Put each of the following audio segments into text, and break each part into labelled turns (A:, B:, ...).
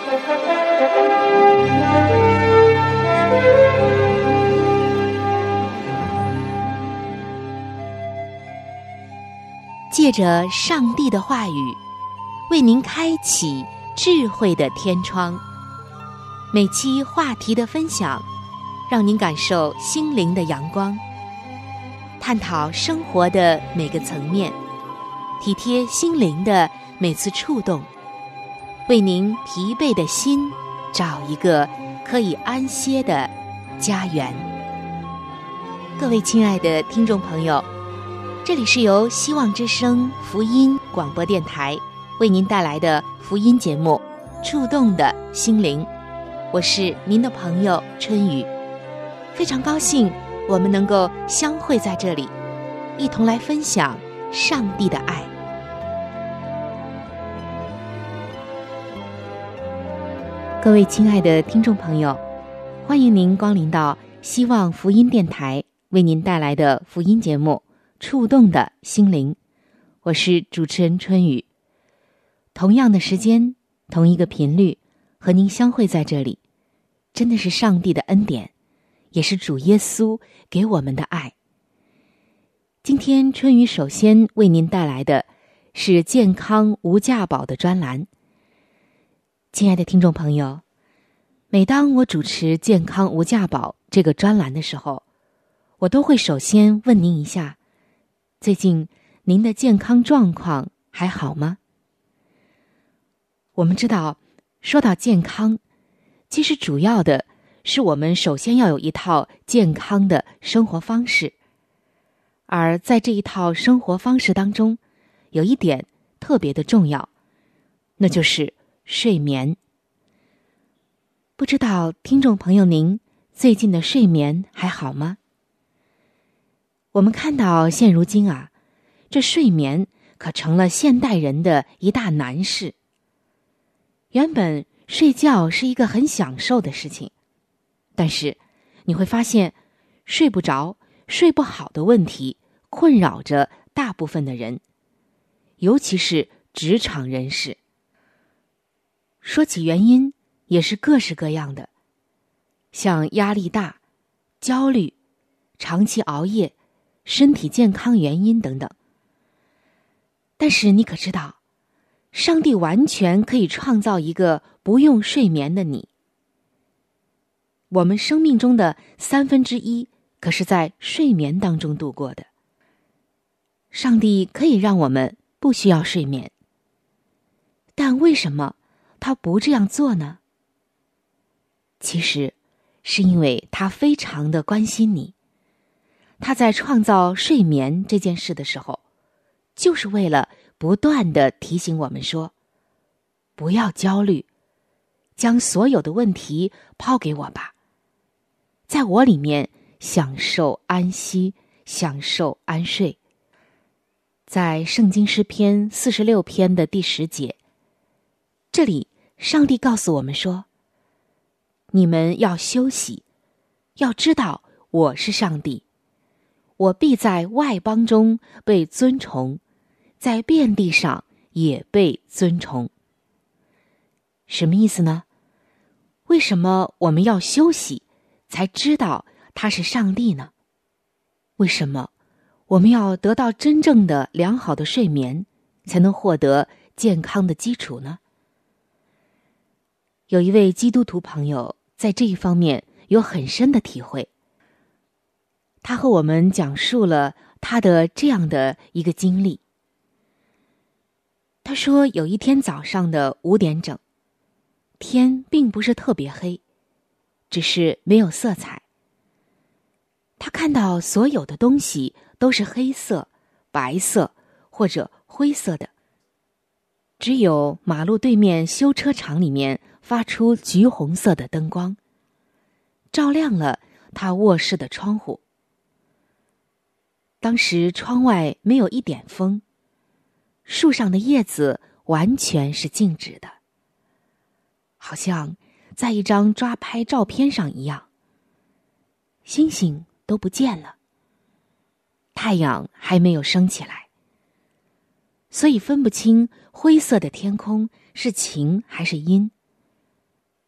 A: 借着上帝的话语，为您开启智慧的天窗。每期话题的分享，让您感受心灵的阳光，探讨生活的每个层面，体贴心灵的每次触动，为您疲惫的心找一个可以安歇的家园。各位亲爱的听众朋友，这里是由希望之声福音广播电台为您带来的福音节目《触动的心灵》，我是您的朋友春雨，非常高兴我们能够相会在这里，一同来分享上帝的爱。各位亲爱的听众朋友，欢迎您光临到希望福音电台为您带来的福音节目触动的心灵，我是主持人春雨。同样的时间，同一个频率，和您相会在这里，真的是上帝的恩典，也是主耶稣给我们的爱。今天春雨首先为您带来的是健康无价宝的专栏。亲爱的听众朋友，每当我主持健康无价宝这个专栏的时候，我都会首先问您一下，最近您的健康状况还好吗？我们知道，说到健康，其实主要的是我们首先要有一套健康的生活方式，而在这一套生活方式当中，有一点特别的重要，那就是睡眠。不知道听众朋友您最近的睡眠还好吗？我们看到现如今啊，这睡眠可成了现代人的一大难事。原本睡觉是一个很享受的事情，但是你会发现睡不着、睡不好的问题困扰着大部分的人，尤其是职场人士。说起原因也是各式各样的，像压力大、焦虑、长期熬夜、身体健康原因等等。但是你可知道，上帝完全可以创造一个不用睡眠的你。我们生命中的1/3可是在睡眠当中度过的。上帝可以让我们不需要睡眠，但为什么他不这样做呢？其实是因为他非常的关心你。他在创造睡眠这件事的时候，就是为了不断地提醒我们说，不要焦虑，将所有的问题抛给我吧，在我里面享受安息，享受安睡。在圣经诗篇46篇的第10节，这里上帝告诉我们说，你们要休息，要知道我是上帝，我必在外邦中被尊崇，在遍地上也被尊崇。什么意思呢？为什么我们要休息才知道他是上帝呢？为什么我们要得到真正的良好的睡眠，才能获得健康的基础呢？有一位基督徒朋友在这一方面有很深的体会，他和我们讲述了他的这样的一个经历。他说有一天早上的5点整，天并不是特别黑，只是没有色彩。他看到所有的东西都是黑色、白色或者灰色的，只有马路对面修车厂里面发出橘红色的灯光，照亮了他卧室的窗户。当时窗外没有一点风，树上的叶子完全是静止的，好像在一张抓拍照片上一样。星星都不见了，太阳还没有升起来，所以分不清灰色的天空是晴还是阴，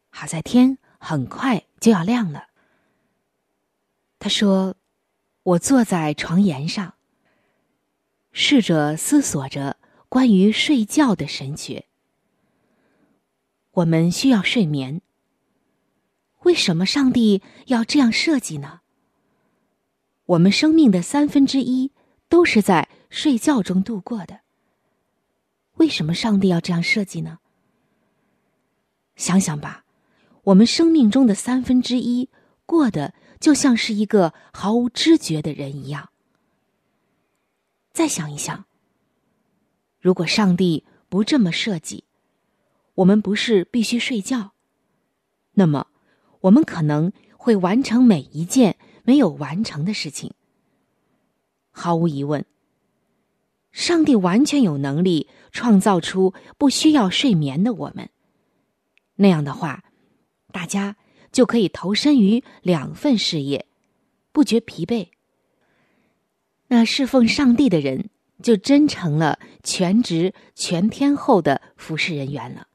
A: 好在天很快就要亮了。他说，我坐在床沿上，试着思索着关于睡觉的神学。我们需要睡眠，为什么上帝要这样设计呢？我们生命的1/3都是在睡觉中度过的，为什么上帝要这样设计呢？想想吧，我们生命中的1/3过得就像是一个毫无知觉的人一样。再想一想，如果上帝不这么设计，我们不是必须睡觉，那么我们可能会完成每一件没有完成的事情。毫无疑问，上帝完全有能力创造出不需要睡眠的我们。那样的话，大家就可以投身于2份事业，不觉疲惫。那侍奉上帝的人就真成了全职全天候的服侍人员了。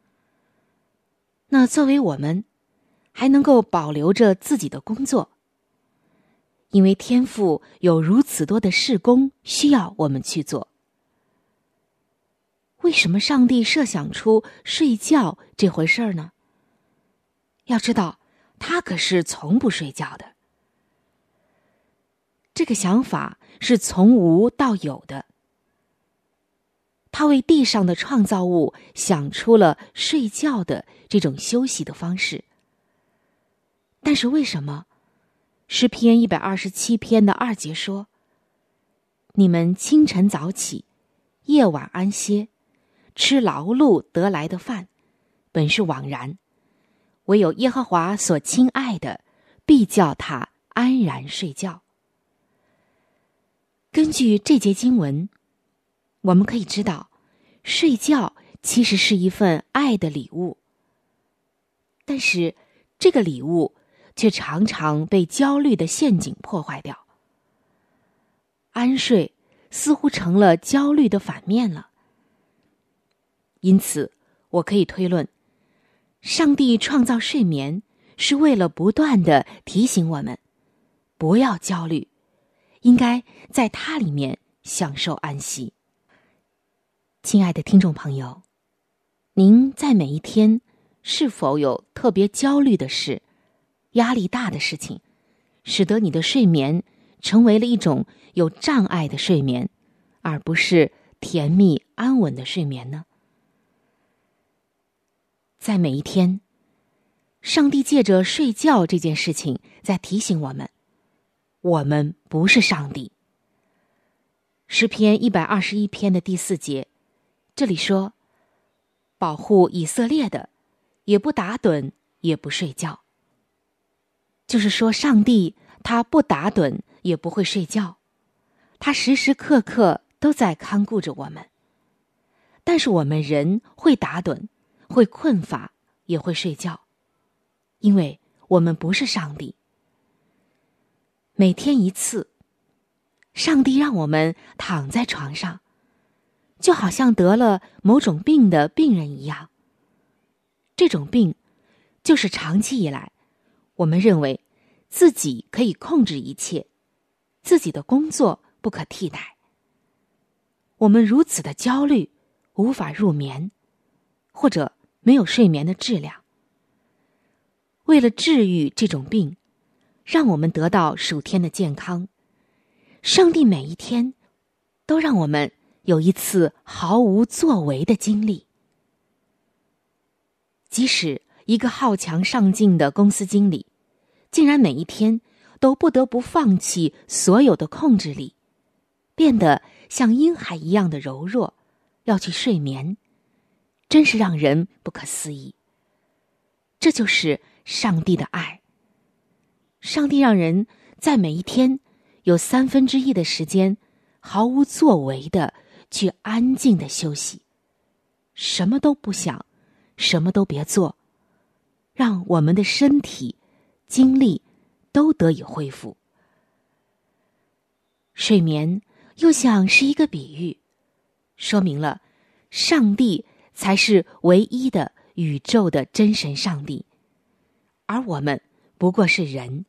A: 那作为我们，还能够保留着自己的工作，因为天父有如此多的事工需要我们去做。为什么上帝设想出睡觉这回事儿呢？要知道，他可是从不睡觉的。这个想法是从无到有的。他为地上的创造物想出了睡觉的这种休息的方式。但是为什么诗篇127篇的2节说，你们清晨早起，夜晚安歇，吃劳碌得来的饭，本是枉然，唯有耶和华所亲爱的，必叫他安然睡觉。根据这节经文，我们可以知道，睡觉其实是一份爱的礼物，但是这个礼物却常常被焦虑的陷阱破坏掉。安睡似乎成了焦虑的反面了。因此，我可以推论，上帝创造睡眠是为了不断地提醒我们，不要焦虑，应该在它里面享受安息。亲爱的听众朋友，您在每一天是否有特别焦虑的事、压力大的事情，使得你的睡眠成为了一种有障碍的睡眠，而不是甜蜜安稳的睡眠呢？在每一天，上帝借着睡觉这件事情在提醒我们，我们不是上帝。诗篇121篇的第4节，这里说，保护以色列的，也不打盹，也不睡觉。就是说，上帝他不打盹，也不会睡觉，他时时刻刻都在看顾着我们。但是我们人会打盹，会困乏，也会睡觉，因为我们不是上帝。每天一次，上帝让我们躺在床上，就好像得了某种病的病人一样。这种病就是长期以来，我们认为自己可以控制一切，自己的工作不可替代。我们如此的焦虑，无法入眠，或者没有睡眠的质量。为了治愈这种病，让我们得到属天的健康，上帝每一天都让我们有一次毫无作为的经历。即使一个好强上进的公司经理，竟然每一天都不得不放弃所有的控制力，变得像婴孩一样的柔弱，要去睡眠，真是让人不可思议。这就是上帝的爱。上帝让人在每一天有1/3的时间毫无作为的去安静的休息，什么都不想，什么都别做，让我们的身体、精力都得以恢复。睡眠又像是一个比喻，说明了上帝才是唯一的宇宙的真神上帝，而我们不过是人。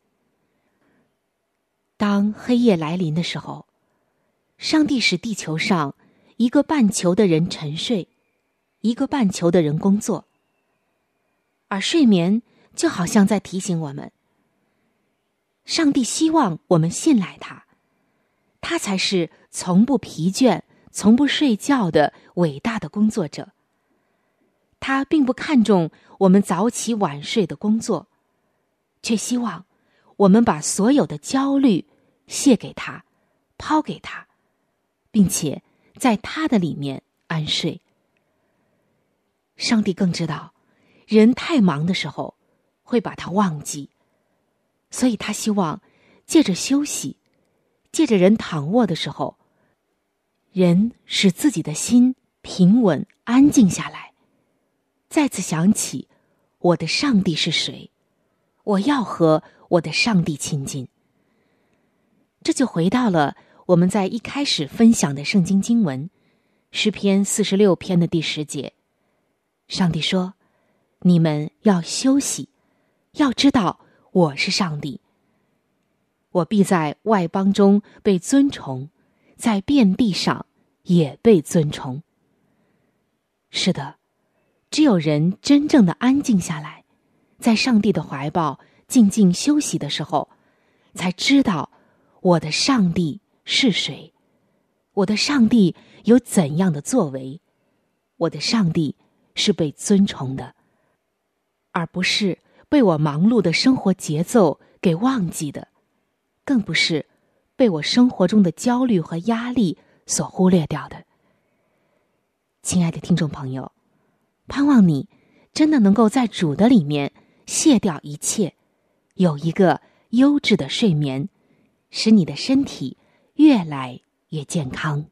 A: 当黑夜来临的时候，上帝使地球上一个半球的人沉睡，一个半球的人工作，而睡眠就好像在提醒我们，上帝希望我们信赖他，他才是从不疲倦、从不睡觉的伟大的工作者。他并不看重我们早起晚睡的工作，却希望我们把所有的焦虑卸给他，抛给他，并且在他的里面安睡。上帝更知道人太忙的时候会把他忘记，所以他希望借着休息，借着人躺卧的时候，人使自己的心平稳安静下来，再次想起我的上帝是谁，我要和我的上帝亲近。这就回到了我们在一开始分享的圣经经文诗篇46篇的第10节。上帝说，你们要休息，要知道我是上帝，我必在外邦中被尊崇，在遍地上也被尊崇。是的，只有人真正的安静下来，在上帝的怀抱静静休息的时候，才知道我的上帝是谁，我的上帝有怎样的作为，我的上帝是被尊崇的，而不是被我忙碌的生活节奏给忘记的，更不是被我生活中的焦虑和压力所忽略掉的。亲爱的听众朋友，盼望你真的能够在主的里面卸掉一切，有一个优质的睡眠，使你的身体越来越健康。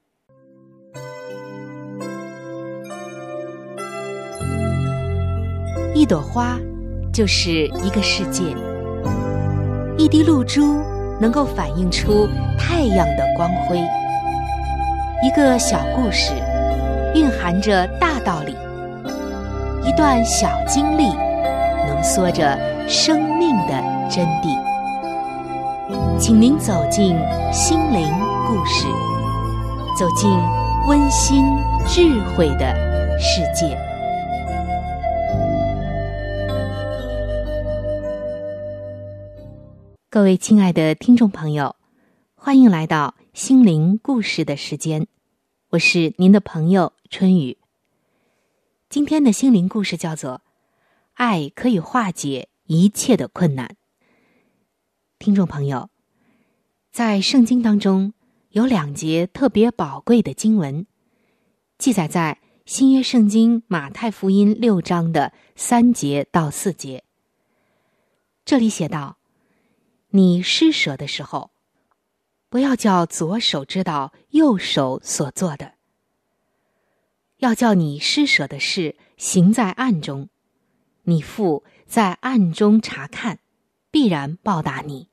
A: 一朵花就是一个世界，一滴露珠能够反映出太阳的光辉，一个小故事蕴含着大道理，一段小经历浓缩着生命的真谛。请您走进心灵故事，走进温馨智慧的世界。各位亲爱的听众朋友，欢迎来到心灵故事的时间，我是您的朋友春雨。今天的心灵故事叫做爱可以化解一切的困难。听众朋友，在圣经当中有2节特别宝贵的经文，记载在新约圣经马太福音6章的3节到4节。这里写道，你施舍的时候，不要叫左手知道右手所做的，要叫你施舍的事行在暗中，你父在暗中查看，必然报答你。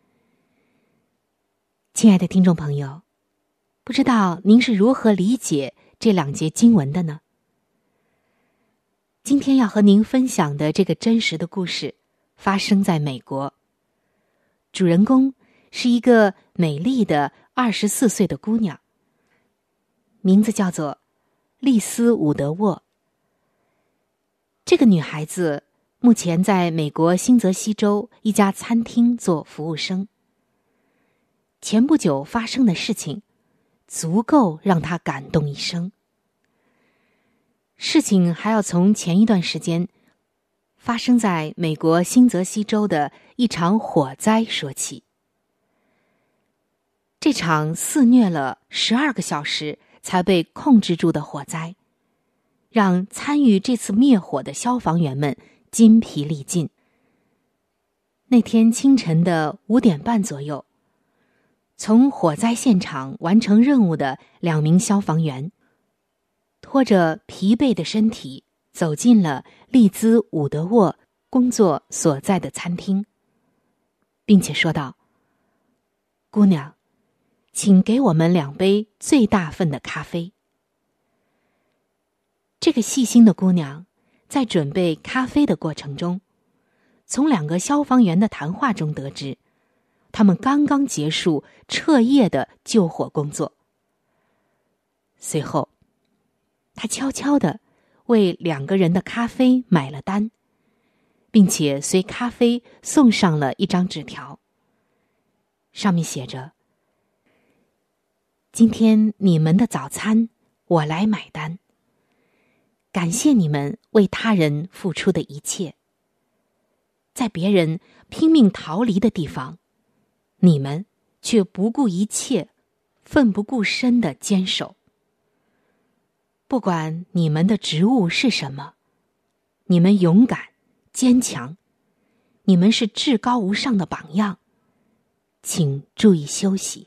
A: 亲爱的听众朋友，不知道您是如何理解这2节经文的呢？今天要和您分享的这个真实的故事发生在美国，主人公是一个美丽的24岁的姑娘，名字叫做丽丝·伍德沃。这个女孩子目前在美国新泽西州一家餐厅做服务生。前不久发生的事情足够让她感动一生。事情还要从前一段时间发生在美国新泽西州的一场火灾说起。这场肆虐了12个小时才被控制住的火灾，让参与这次灭火的消防员们筋疲力尽。那天清晨的5点半左右，从火灾现场完成任务的2名消防员拖着疲惫的身体走进了丽兹·伍德沃工作所在的餐厅，并且说道，姑娘，请给我们2杯最大份的咖啡。这个细心的姑娘在准备咖啡的过程中，从2个消防员的谈话中得知，他们刚刚结束彻夜的救火工作。随后，他悄悄地为2个人的咖啡买了单，并且随咖啡送上了一张纸条，上面写着：今天你们的早餐我来买单，感谢你们为他人付出的一切。在别人拼命逃离的地方，你们却不顾一切，奋不顾身地坚守。不管你们的职务是什么，你们勇敢坚强，你们是至高无上的榜样，请注意休息。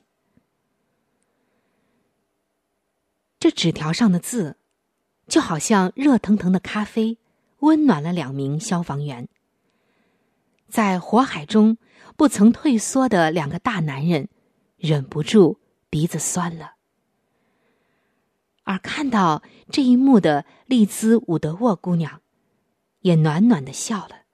A: 这纸条上的字就好像热腾腾的咖啡，温暖了2名消防员。在火海中不曾退缩的2个大男人忍不住鼻子酸了。而看到这一幕的丽兹伍德沃姑娘也暖暖地笑了。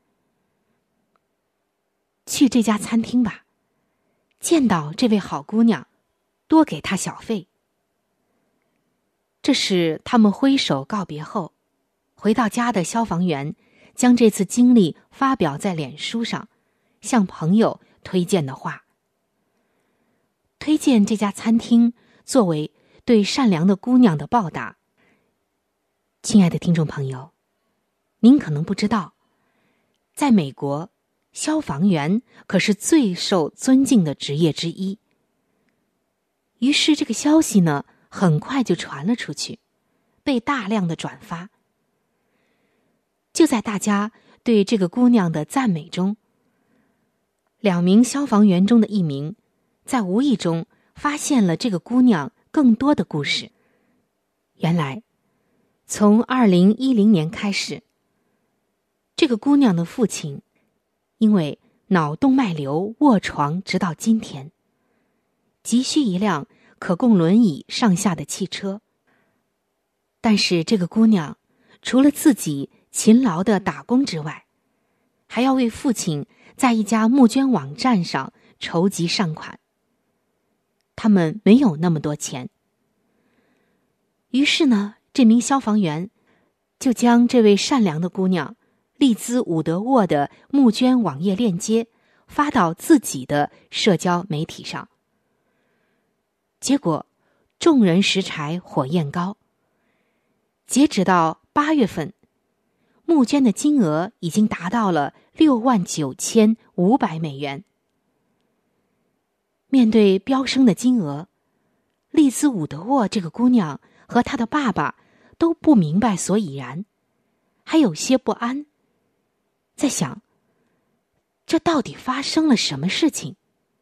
A: 去这家餐厅吧，见到这位好姑娘，多给她小费。这是他们挥手告别后，回到家的消防员将这次经历发表在脸书上，向朋友推荐的话。推荐这家餐厅作为对善良的姑娘的报答。亲爱的听众朋友，您可能不知道，在美国，消防员可是最受尊敬的职业之一。于是这个消息呢，很快就传了出去，被大量的转发。就在大家对这个姑娘的赞美中，2名消防员中的1名在无意中发现了这个姑娘更多的故事。原来，从2010年开始，这个姑娘的父亲因为脑动脉瘤卧床直到今天，急需一辆可供轮椅上下的汽车。但是这个姑娘除了自己勤劳的打工之外，还要为父亲在一家募捐网站上筹集善款。他们没有那么多钱，于是呢，这名消防员就将这位善良的姑娘丽兹伍德沃的募捐网页链接发到自己的社交媒体上。结果众人拾柴火焰高，截止到8月份，募捐的金额已经达到了$69,500美元。面对飙升的金额，丽兹伍德沃这个姑娘和她的爸爸都不明白所以然，还有些不安，在想，这到底发生了什么事情？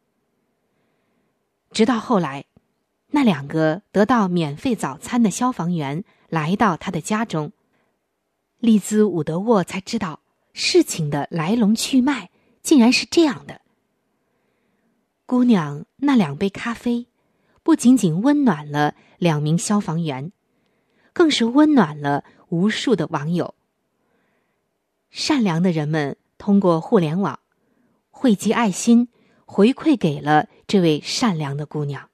A: 直到后来，那2个得到免费早餐的消防员来到他的家中，丽兹伍德沃才知道事情的来龙去脉竟然是这样的。姑娘那2杯咖啡不仅仅温暖了2名消防员，更是温暖了无数的网友。善良的人们通过互联网汇集爱心，回馈给了这位善良的姑娘。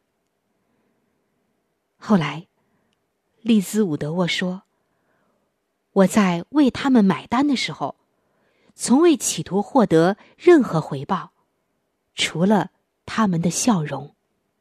A: 后来，丽兹伍德沃说，我在为他们买单的时候，从未企图获得任何回报，除了他们的笑容。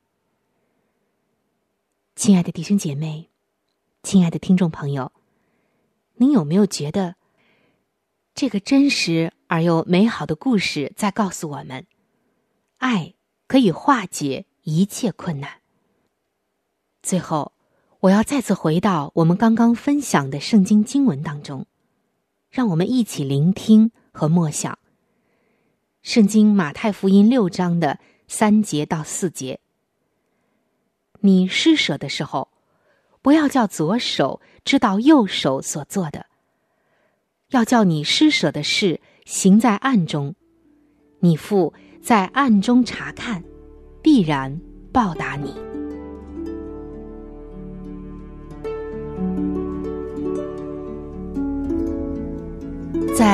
A: 亲爱的弟兄姐妹，亲爱的听众朋友，您有没有觉得这个真实而又美好的故事在告诉我们，爱可以化解一切困难？最后，我要再次回到我们刚刚分享的圣经经文当中，让我们一起聆听和默想圣经马太福音6章的3节到4节。你施舍的时候，不要叫左手知道右手所做的，要叫你施舍的事行在暗中，你父在暗中查看，必然报答你。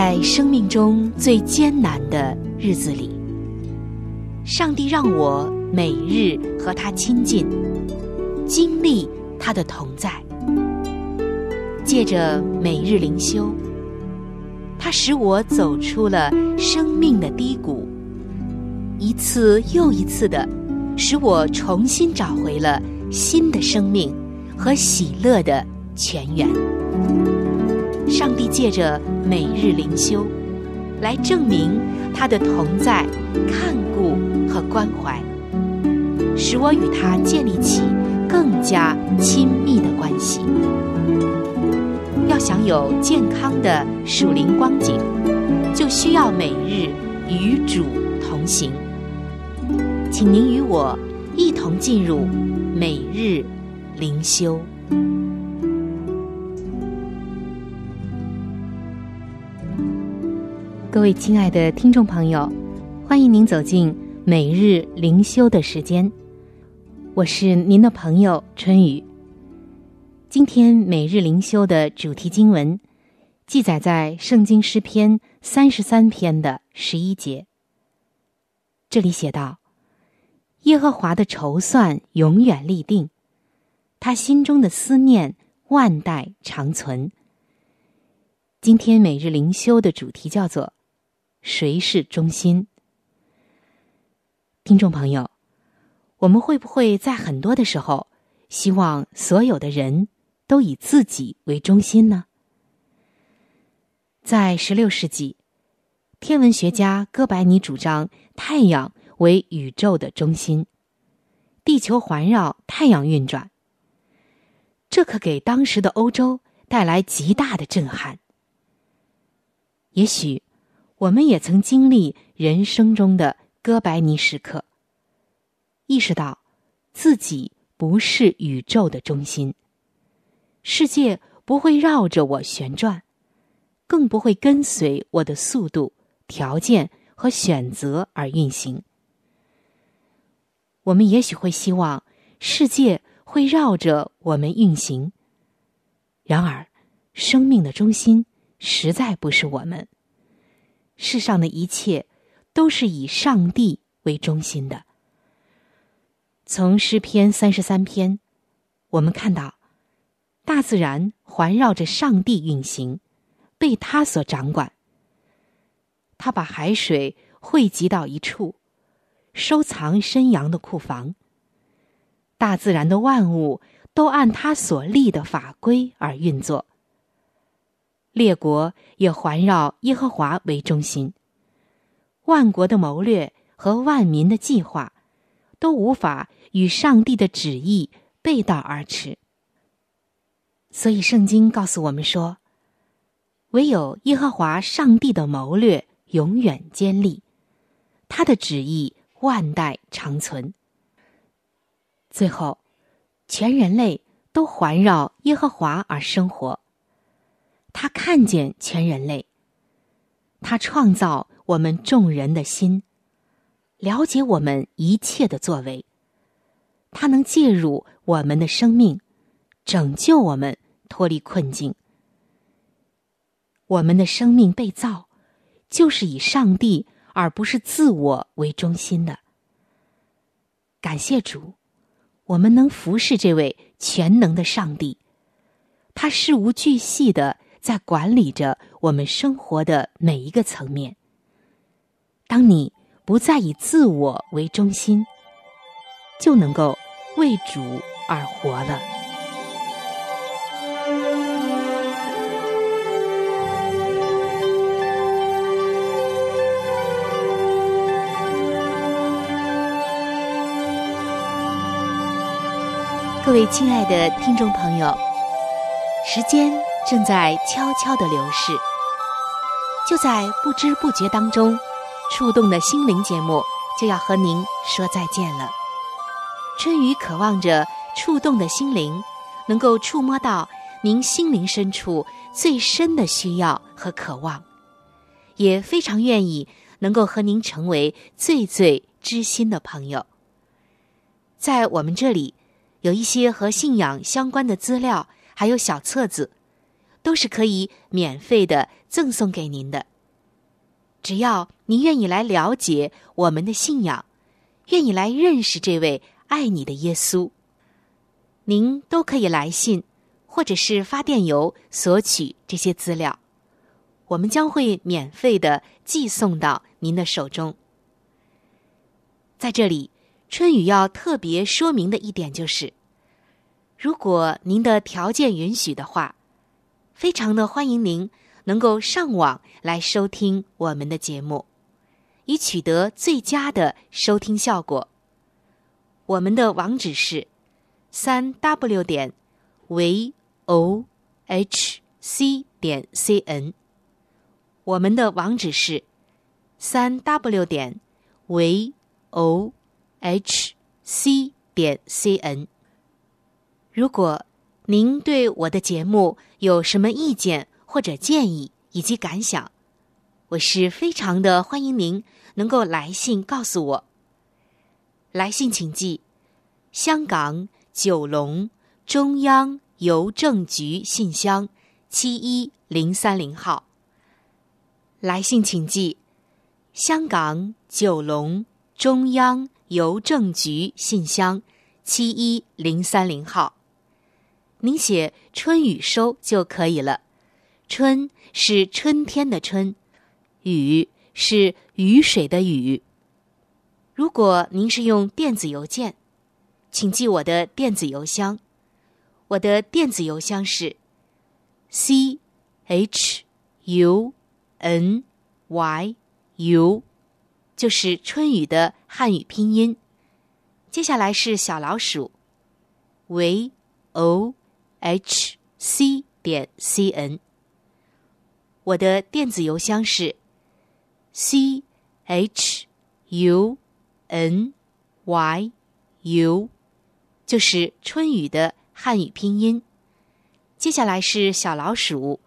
A: 在生命中最艰难的日子里，上帝让我每日和他亲近，经历他的同在。借着每日灵修，他使我走出了生命的低谷，一次又一次的使我重新找回了新的生命和喜乐的泉源。上帝借着每日灵修来证明他的同在、看顾和关怀，使我与他建立起更加亲密的关系。要享有健康的属灵光景，就需要每日与主同行。请您与我一同进入每日灵修。各位亲爱的听众朋友，欢迎您走进每日灵修的时间，我是您的朋友春雨。今天每日灵修的主题经文记载在圣经诗篇33篇的11节，这里写道：耶和华的筹算永远立定，他心中的思念万代长存。今天每日灵修的主题叫做谁是中心？听众朋友，我们会不会在很多的时候希望所有的人都以自己为中心呢？在16世纪，天文学家哥白尼主张太阳为宇宙的中心，地球环绕太阳运转，这可给当时的欧洲带来极大的震撼。也许我们也曾经历人生中的哥白尼时刻，意识到自己不是宇宙的中心，世界不会绕着我旋转，更不会跟随我的速度、条件和选择而运行。我们也许会希望世界会绕着我们运行，然而生命的中心实在不是我们。世上的一切都是以上帝为中心的。从诗篇33篇，我们看到大自然环绕着上帝运行，被他所掌管。他把海水汇集到一处，收藏深洋的库房。大自然的万物都按他所立的法规而运作。列国也环绕耶和华为中心，万国的谋略和万民的计划都无法与上帝的旨意背道而驰。所以圣经告诉我们说，唯有耶和华上帝的谋略永远坚立，他的旨意万代长存。最后，全人类都环绕耶和华而生活。他看见全人类，他创造我们众人的心，了解我们一切的作为。他能介入我们的生命，拯救我们脱离困境。我们的生命被造，就是以上帝而不是自我为中心的。感谢主，我们能服侍这位全能的上帝，他事无巨细地在管理着我们生活的每一个层面。当你不再以自我为中心，就能够为主而活了。各位亲爱的听众朋友，时间正在悄悄地流逝，就在不知不觉当中，触动的心灵节目就要和您说再见了。春雨渴望着触动的心灵能够触摸到您心灵深处最深的需要和渴望，也非常愿意能够和您成为最最知心的朋友。在我们这里有一些和信仰相关的资料，还有小册子，都是可以免费的赠送给您的。 只要您愿意来了解我们的信仰，愿意来认识这位爱你的耶稣，您都可以来信或者是发电邮索取这些资料，我们将会免费的寄送到您的手中。在这里，春雨要特别说明的一点就是，如果您的条件允许的话，非常的欢迎您能够上网来收听我们的节目，以取得最佳的收听效果。我们的网址是 3w.vohc.cn， 我们的网址是 3w.vohc.cn。 如果您对我的节目有什么意见或者建议以及感想，我是非常的欢迎您能够来信告诉我。来信请寄香港九龙中央邮政局信箱71030号。来信请寄香港九龙中央邮政局信箱71030号。您写春雨收就可以了，春是春天的春，雨是雨水的雨。如果您是用电子邮件，请记我的电子邮箱，我的电子邮箱是 CHUNYU， 就是春雨的汉语拼音，接下来是小老鼠vohc.cn， 我的电子邮箱是 CHUNYU， 就是春雨的汉语拼音，接下来是小老鼠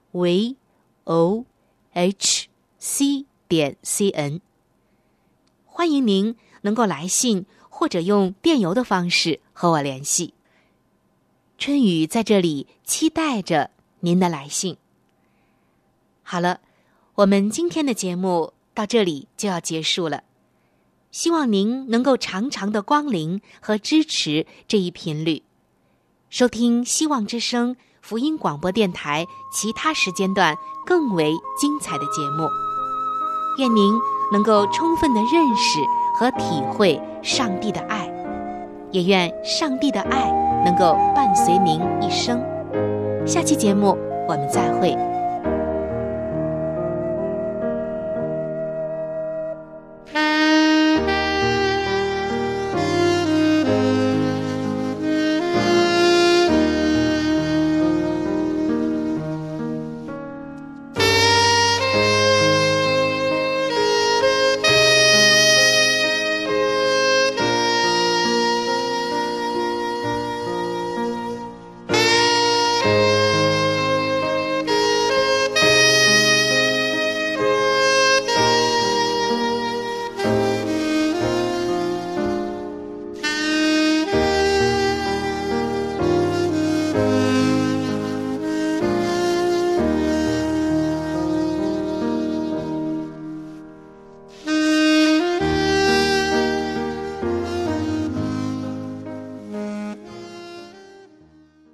A: vohc.cn。 欢迎您能够来信或者用电邮的方式和我联系。春雨在这里期待着您的来信。好了，我们今天的节目到这里就要结束了，希望您能够常常的光临和支持这一频率，收听希望之声福音广播电台其他时间段更为精彩的节目。愿您能够充分的认识和体会上帝的爱，也愿上帝的爱能够伴随您一生。下期节目我们再会。